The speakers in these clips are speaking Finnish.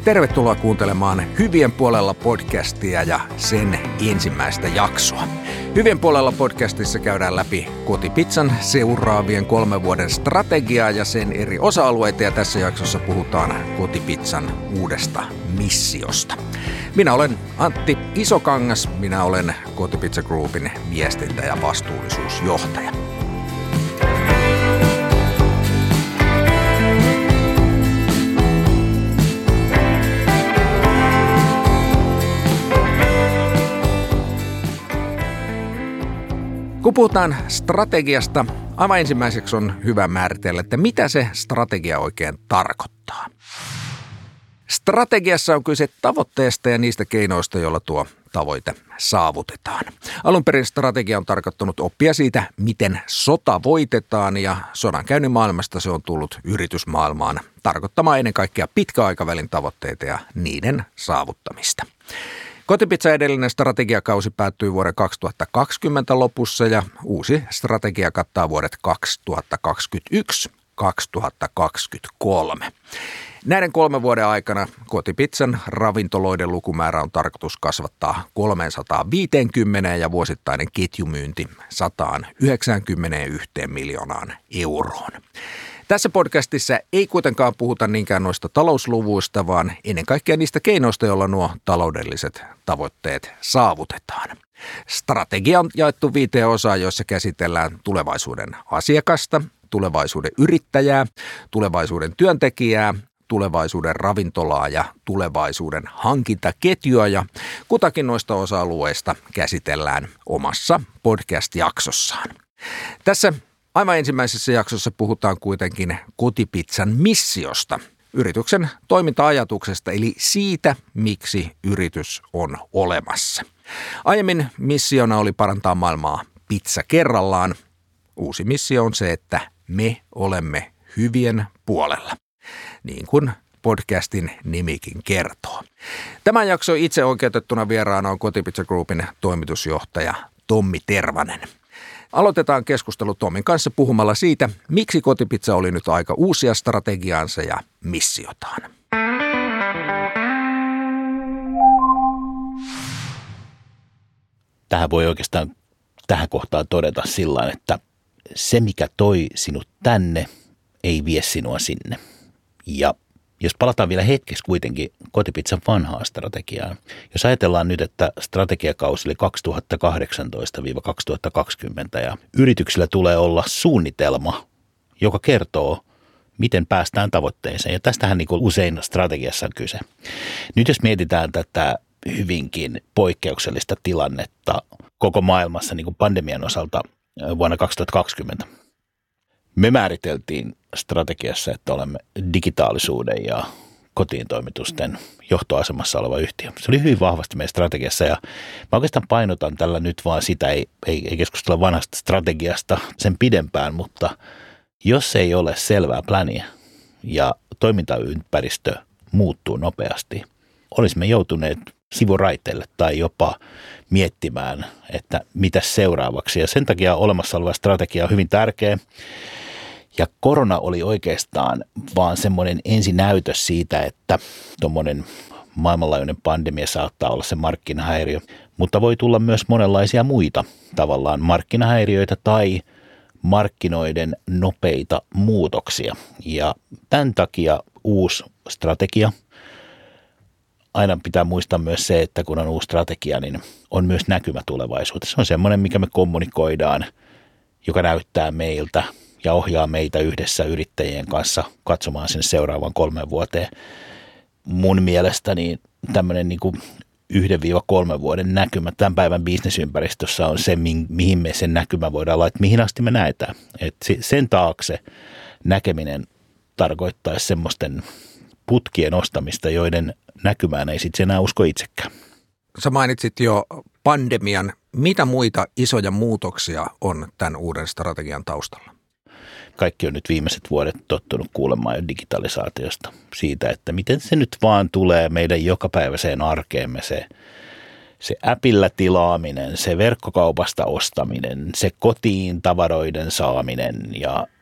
Tervetuloa kuuntelemaan Hyvien puolella podcastia ja sen ensimmäistä jaksoa. Hyvien puolella podcastissa käydään läpi Kotipizzan seuraavien 3 vuoden strategiaa ja sen eri osa-alueita, ja tässä jaksossa puhutaan Kotipizzan uudesta missiosta. Minä olen Antti Isokangas, minä olen Kotipizza Groupin viestintä- ja vastuullisuusjohtaja. Kun puhutaan strategiasta, aivan ensimmäiseksi on hyvä määritellä, että mitä se strategia oikein tarkoittaa. Strategiassa on kyse tavoitteesta ja niistä keinoista, joilla tuo tavoite saavutetaan. Alun perin strategia on tarkoittanut oppia siitä, miten sota voitetaan, ja sodankäynnin maailmasta se on tullut yritysmaailmaan tarkoittamaan ennen kaikkea pitkäaikavälin tavoitteita ja niiden saavuttamista. Kotipizza edellinen strategiakausi päättyi vuoden 2020 lopussa ja uusi strategia kattaa vuodet 2021-2023. Näiden 3 vuoden aikana Kotipizzan ravintoloiden lukumäärä on tarkoitus kasvattaa 350 ja vuosittainen ketjumyynti 191 miljoonaan euroon. Tässä podcastissa ei kuitenkaan puhuta niinkään noista talousluvuista, vaan ennen kaikkea niistä keinoista, joilla nuo taloudelliset tavoitteet saavutetaan. Strategia on jaettu 5 osaan, joissa käsitellään tulevaisuuden asiakasta, tulevaisuuden yrittäjää, tulevaisuuden työntekijää, tulevaisuuden ravintolaa ja tulevaisuuden hankintaketjua, ja kutakin noista osa-alueista käsitellään omassa podcast-jaksossaan. Tässä aivan ensimmäisessä jaksossa puhutaan kuitenkin Kotipizzan missiosta, yrityksen toiminta-ajatuksesta, eli siitä, miksi yritys on olemassa. Aiemmin missiona oli parantaa maailmaa pizza kerrallaan. Uusi missio on se, että me olemme hyvien puolella, niin kuin podcastin nimikin kertoo. Tämän jakson itse oikeutettuna vieraana on Kotipizza Groupin toimitusjohtaja Tommi Tervanen. Aloitetaan keskustelu Tommin kanssa puhumalla siitä, miksi Kotipizza oli nyt aika uusia strategiaansa ja missiotaan. Tähän voi oikeastaan tähän kohtaan todeta sillä, että se mikä toi sinut tänne ei vie sinua sinne. Ja jos palataan vielä hetkessä kuitenkin Kotipizzan vanhaan strategiaan. Jos ajatellaan nyt, että strategiakausi oli 2018-2020 ja yrityksillä tulee olla suunnitelma, joka kertoo, miten päästään tavoitteeseen. Ja tästähän niin kuin usein strategiassa on kyse. Nyt jos mietitään tätä hyvinkin poikkeuksellista tilannetta koko maailmassa niin kuin pandemian osalta vuonna 2020, me määriteltiin strategiassa, että olemme digitaalisuuden ja kotiin toimitusten johtoasemassa oleva yhtiö. Se oli hyvin vahvasti meidän strategiassa, ja mä oikeastaan painotan tällä nyt vaan sitä, ei keskustella vanhasta strategiasta sen pidempään, mutta jos ei ole selvää pläniä ja toimintaympäristö muuttuu nopeasti, olisimme joutuneet sivuraiteille tai jopa miettimään, että mitä seuraavaksi. Ja sen takia olemassa oleva strategia on hyvin tärkeä. Ja korona oli oikeastaan vaan semmoinen ensinäytös siitä, että tuommoinen maailmanlaajuinen pandemia saattaa olla se markkinahäiriö, mutta voi tulla myös monenlaisia muita tavallaan markkinahäiriöitä tai markkinoiden nopeita muutoksia. Ja tämän takia uusi strategia. Aina pitää muistaa myös se, että kun on uusi strategia, niin on myös näkymä tulevaisuuteen. Se on semmoinen, mikä me kommunikoidaan, joka näyttää meiltä ja ohjaa meitä yhdessä yrittäjien kanssa katsomaan sen seuraavan 3 vuoteen. Mun mielestä niin tämmöinen niin kuin 1-3 vuoden näkymä tämän päivän bisnesympäristössä on se, mihin me sen näkymä voidaan laittaa, mihin asti me näetään. Et sen taakse näkeminen tarkoittaisi semmoisten putkien ostamista, joiden näkymään ei sitten enää usko itsekään. Sä mainitsit jo pandemian. Mitä muita isoja muutoksia on tämän uuden strategian taustalla? Kaikki on nyt viimeiset vuodet tottunut kuulemaan jo digitalisaatiosta. Siitä, että miten se nyt vaan tulee meidän jokapäiväiseen arkeemme, se appilla tilaaminen, se verkkokaupasta ostaminen, se kotiin tavaroiden saaminen ja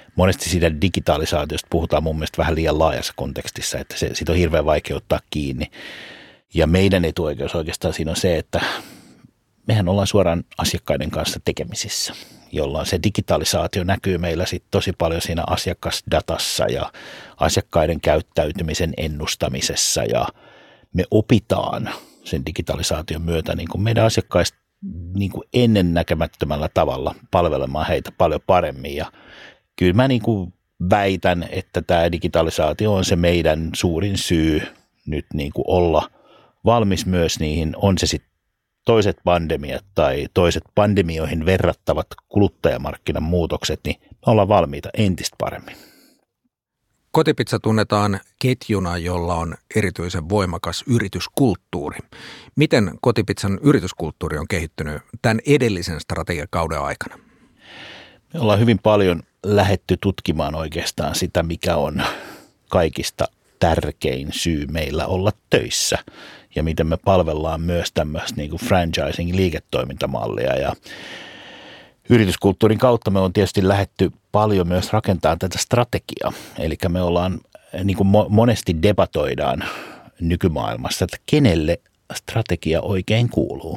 monesti siitä digitalisaatiosta puhutaan mun mielestä vähän liian laajassa kontekstissa, että siitä on hirveän vaikea ottaa kiinni. Ja meidän etuoikeus oikeastaan siinä on se, että mehän ollaan suoraan asiakkaiden kanssa tekemisissä, jolloin se digitalisaatio näkyy meillä sitten tosi paljon siinä asiakasdatassa ja asiakkaiden käyttäytymisen ennustamisessa ja me opitaan sen digitalisaation myötä niin kuin meidän asiakkaista niin kuin ennennäkemättömällä tavalla palvelemaan heitä paljon paremmin ja kyllä mä niin kuin väitän, että tämä digitalisaatio on se meidän suurin syy nyt niin kuin olla valmis myös niihin, on se sitten toiset pandemiat tai toiset pandemioihin verrattavat kuluttajamarkkinan muutokset, niin me ollaan valmiita entistä paremmin. Kotipizza tunnetaan ketjuna, jolla on erityisen voimakas yrityskulttuuri. Miten Kotipizzan yrityskulttuuri on kehittynyt tämän edellisen strategiakauden aikana? Me ollaan hyvin paljon lähdetty tutkimaan oikeastaan sitä, mikä on kaikista tärkein syy meillä olla töissä ja miten me palvellaan myös tämmöistä niin kuin franchising-liiketoimintamallia ja yrityskulttuurin kautta me on tietysti lähdetty paljon myös rakentamaan tätä strategiaa, eli me ollaan, niin kuin monesti debatoidaan nykymaailmassa, että kenelle strategia oikein kuuluu.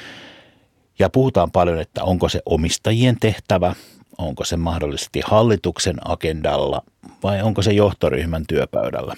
Ja puhutaan paljon, että onko se omistajien tehtävä, onko se mahdollisesti hallituksen agendalla vai onko se johtoryhmän työpöydällä.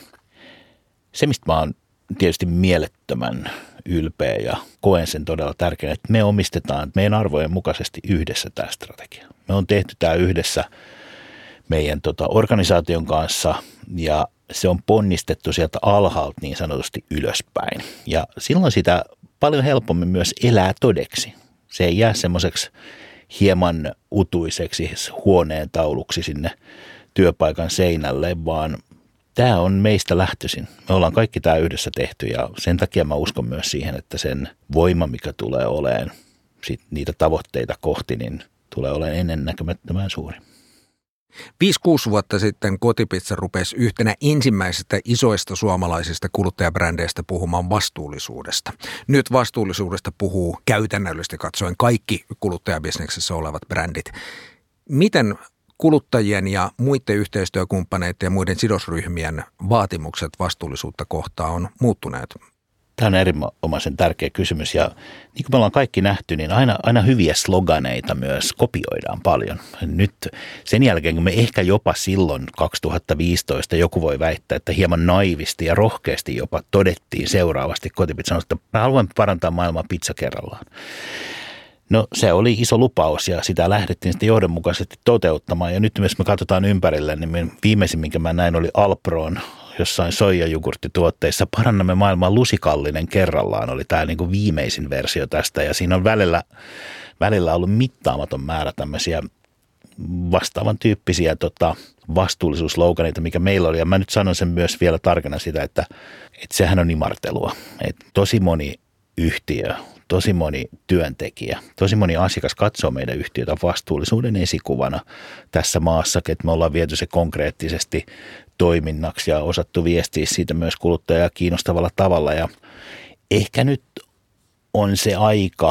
Se, mistä mä oon tietysti mielettömän ylpeä ja koen sen todella tärkeänä, että me omistetaan meidän arvojen mukaisesti yhdessä tämä strategia. Me on tehty tämä yhdessä meidän organisaation kanssa ja se on ponnistettu sieltä alhaalta niin sanotusti ylöspäin. Ja silloin sitä paljon helpommin myös elää todeksi. Se ei jää semmoiseksi hieman utuiseksi huoneen tauluksi sinne työpaikan seinälle, vaan tämä on meistä lähtöisin. Me ollaan kaikki tämä yhdessä tehty ja sen takia mä uskon myös siihen, että sen voima, mikä tulee olemaan sit niitä tavoitteita kohti, niin tulee olemaan ennennäkemättömän suuri. 5-6 vuotta sitten Kotipizza rupesi yhtenä ensimmäisistä isoista suomalaisista kuluttajabrändeistä puhumaan vastuullisuudesta. Nyt vastuullisuudesta puhuu käytännöllisesti katsoen kaikki kuluttajabisneksessä olevat brändit. Miten kuluttajien ja muiden yhteistyökumppaneiden ja muiden sidosryhmien vaatimukset vastuullisuutta kohtaan on muuttuneet? Tämä on erinomaisen tärkeä kysymys ja niin kuin me ollaan kaikki nähty, niin aina hyviä sloganeita myös kopioidaan paljon. Nyt sen jälkeen, kun me ehkä jopa silloin 2015 joku voi väittää, että hieman naivisti ja rohkeasti jopa todettiin seuraavasti Kotipizzan, että me haluamme parantaa maailmaa pizza kerrallaan. No se oli iso lupaus ja sitä lähdettiin sitten johdonmukaisesti toteuttamaan ja nyt jos me katsotaan ympärille, niin viimeisin minkä mä näin oli Alpron jossain soijajogurttituotteissa parannamme maailmaa lusikallinen kerrallaan oli tämä niin kuin viimeisin versio tästä ja siinä on välillä ollut mittaamaton määrä tämmöisiä vastaavan tyyppisiä vastuullisuusloganeita, mikä meillä oli ja mä nyt sanon sen myös vielä tarkana sitä, että sehän on imartelua, että tosi moni yhtiö, tosi moni työntekijä, tosi moni asiakas katsoo meidän yhtiötä vastuullisuuden esikuvana tässä maassa, että me ollaan viety se konkreettisesti toiminnaksi ja osattu viestiä siitä myös kuluttajaa kiinnostavalla tavalla. Ja ehkä nyt on se aika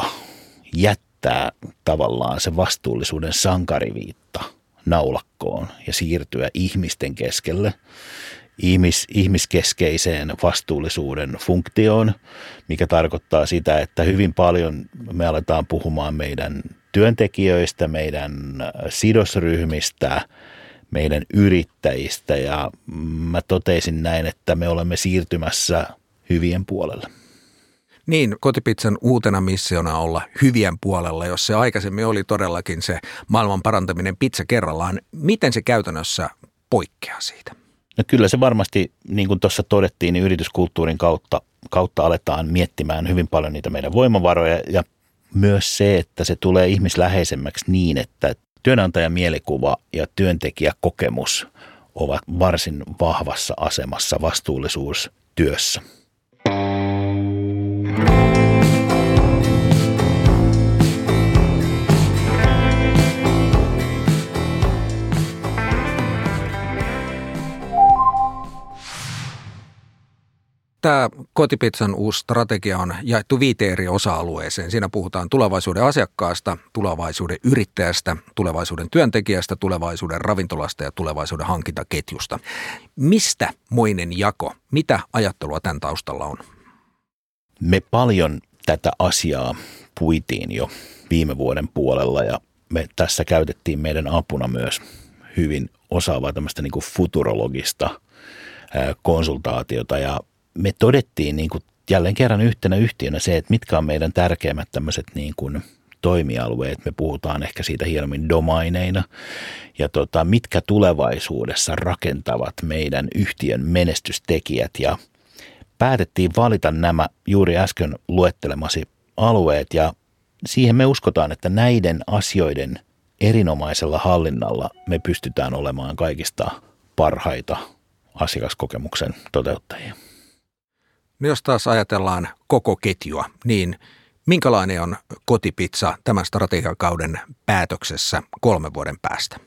jättää tavallaan se vastuullisuuden sankariviitta naulakkoon ja siirtyä ihmisten keskelle. Ihmiskeskeiseen vastuullisuuden funktioon, mikä tarkoittaa sitä, että hyvin paljon me aletaan puhumaan meidän työntekijöistä, meidän sidosryhmistä, meidän yrittäjistä ja mä totesin näin, että me olemme siirtymässä hyvien puolelle. Niin, Kotipizzan uutena missiona olla hyvien puolella, jos se aikaisemmin oli todellakin se maailman parantaminen pizza kerrallaan. Miten se käytännössä poikkeaa siitä? No kyllä se varmasti, niin kuin tuossa todettiin, niin yrityskulttuurin kautta aletaan miettimään hyvin paljon niitä meidän voimavaroja ja myös se, että se tulee ihmisläheisemmäksi niin, että työnantajan mielikuva ja työntekijäkokemus ovat varsin vahvassa asemassa vastuullisuustyössä. Tämä Kotipizzan uusi strategia on jaettu 5 eri osa-alueeseen. Siinä puhutaan tulevaisuuden asiakkaasta, tulevaisuuden yrittäjästä, tulevaisuuden työntekijästä, tulevaisuuden ravintolasta ja tulevaisuuden hankintaketjusta. Mistä moinen jako? Mitä ajattelua tämän taustalla on? Me paljon tätä asiaa puitiin jo viime vuoden puolella ja me tässä käytettiin meidän apuna myös hyvin osaavaa tämmöistä niin kuin futurologista konsultaatiota ja me todettiin niin kuin jälleen kerran yhtenä yhtiönä se, että mitkä on meidän tärkeimmät tämmöiset niin kuin toimialueet. Me puhutaan ehkä siitä hienommin domaineina ja mitkä tulevaisuudessa rakentavat meidän yhtiön menestystekijät ja päätettiin valita nämä juuri äsken luettelemasi alueet ja siihen me uskotaan, että näiden asioiden erinomaisella hallinnalla me pystytään olemaan kaikista parhaita asiakaskokemuksen toteuttajia. No jos taas ajatellaan koko ketjua, niin minkälainen on Kotipizza tämän strategiakauden päätöksessä 3 vuoden päästä?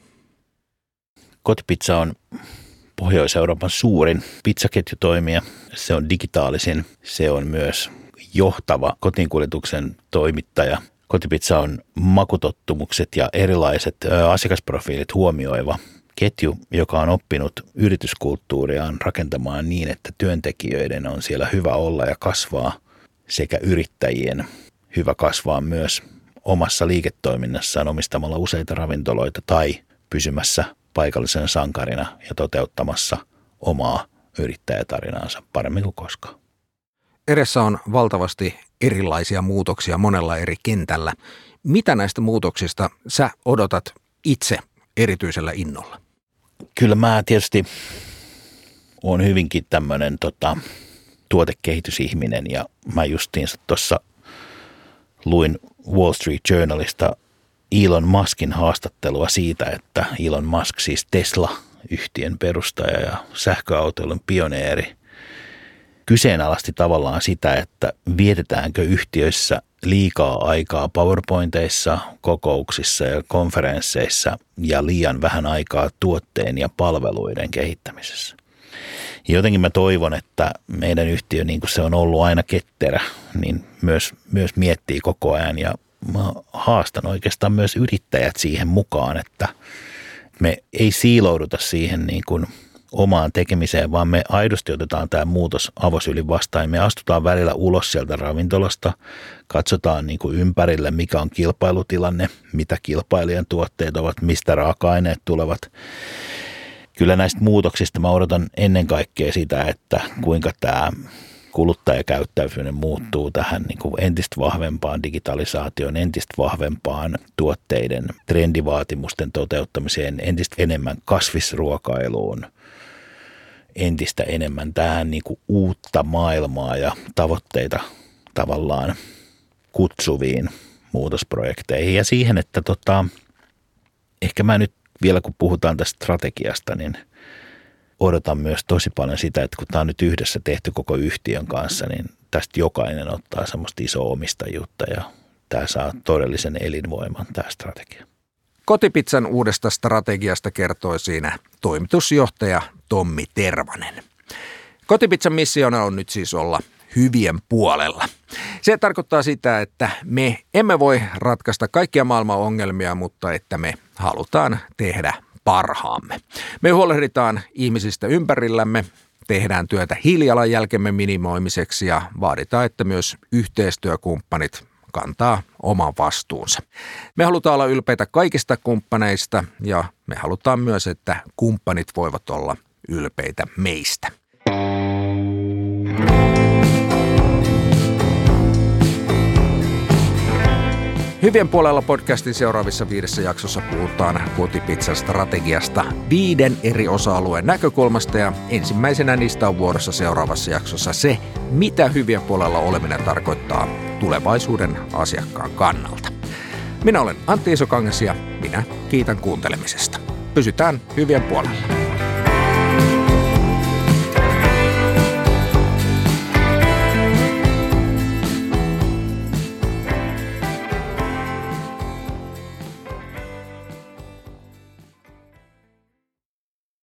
Kotipizza on Pohjois-Euroopan suurin pizzaketjutoimija. Se on digitaalisin, se on myös johtava kotiinkuljetuksen toimittaja. Kotipizza on makutottumukset ja erilaiset asiakasprofiilit huomioiva ketju, joka on oppinut yrityskulttuuriaan rakentamaan niin, että työntekijöiden on siellä hyvä olla ja kasvaa sekä yrittäjien hyvä kasvaa myös omassa liiketoiminnassaan omistamalla useita ravintoloita tai pysymässä paikallisen sankarina ja toteuttamassa omaa yrittäjätarinaansa paremmin kuin koskaan. Edessä on valtavasti erilaisia muutoksia monella eri kentällä. Mitä näistä muutoksista sä odotat itse erityisellä innolla? Kyllä mä tietysti olen hyvinkin tämmöinen tuotekehitysihminen ja mä justiinsa tuossa luin Wall Street Journalista Elon Muskin haastattelua siitä, että Elon Musk, siis Tesla-yhtiön perustaja ja sähköautoilun pioneeri, kyseenalaisti tavallaan sitä, että vietetäänkö yhtiöissä liikaa aikaa PowerPointeissa, kokouksissa ja konferensseissa ja liian vähän aikaa tuotteen ja palveluiden kehittämisessä. Ja jotenkin mä toivon, että meidän yhtiö, niin kuin se on ollut aina ketterä, niin myös miettii koko ajan ja mä haastan oikeastaan myös yrittäjät siihen mukaan, että me ei siilouduta siihen niin kuin omaan tekemiseen, vaan me aidosti otetaan tämä muutos avosylin vastaan. Me astutaan välillä ulos sieltä ravintolasta, katsotaan niin kuin ympärille, mikä on kilpailutilanne, mitä kilpailijan tuotteet ovat, mistä raaka-aineet tulevat. Kyllä näistä muutoksista mä odotan ennen kaikkea sitä, että kuinka tämä kuluttajakäyttäytyminen muuttuu tähän niin kuin entistä vahvempaan digitalisaatioon, entistä vahvempaan tuotteiden trendivaatimusten toteuttamiseen, entistä enemmän kasvisruokailuun, entistä enemmän tähän niin kuin uutta maailmaa ja tavoitteita tavallaan kutsuviin muutosprojekteihin ja siihen, että ehkä mä nyt vielä kun puhutaan tästä strategiasta, niin odotan myös tosi paljon sitä, että kun tämä on nyt yhdessä tehty koko yhtiön kanssa, niin tästä jokainen ottaa semmoista isoa omistajuutta ja tämä saa todellisen elinvoiman, tämä strategia. Kotipizzan uudesta strategiasta kertoi siinä toimitusjohtaja Tommi Tervanen. Kotipizzan missiona on nyt siis olla hyvien puolella. Se tarkoittaa sitä, että me emme voi ratkaista kaikkia maailman ongelmia, mutta että me halutaan tehdä parhaamme. Me huolehditaan ihmisistä ympärillämme, tehdään työtä hiilijalanjälkemme minimoimiseksi ja vaaditaan, että myös yhteistyökumppanit kantaa oman vastuunsa. Me halutaan olla ylpeitä kaikista kumppaneista ja me halutaan myös, että kumppanit voivat olla ylpeitä meistä. Hyvien puolella podcastin seuraavissa 5 jaksossa puhutaan Kotipizzan strategiasta 5 eri osa-alueen näkökulmasta ja ensimmäisenä niistä on vuorossa seuraavassa jaksossa se, mitä hyvien puolella oleminen tarkoittaa tulevaisuuden asiakkaan kannalta. Minä olen Antti Isokangas ja minä kiitän kuuntelemisesta. Pysytään hyvien puolella.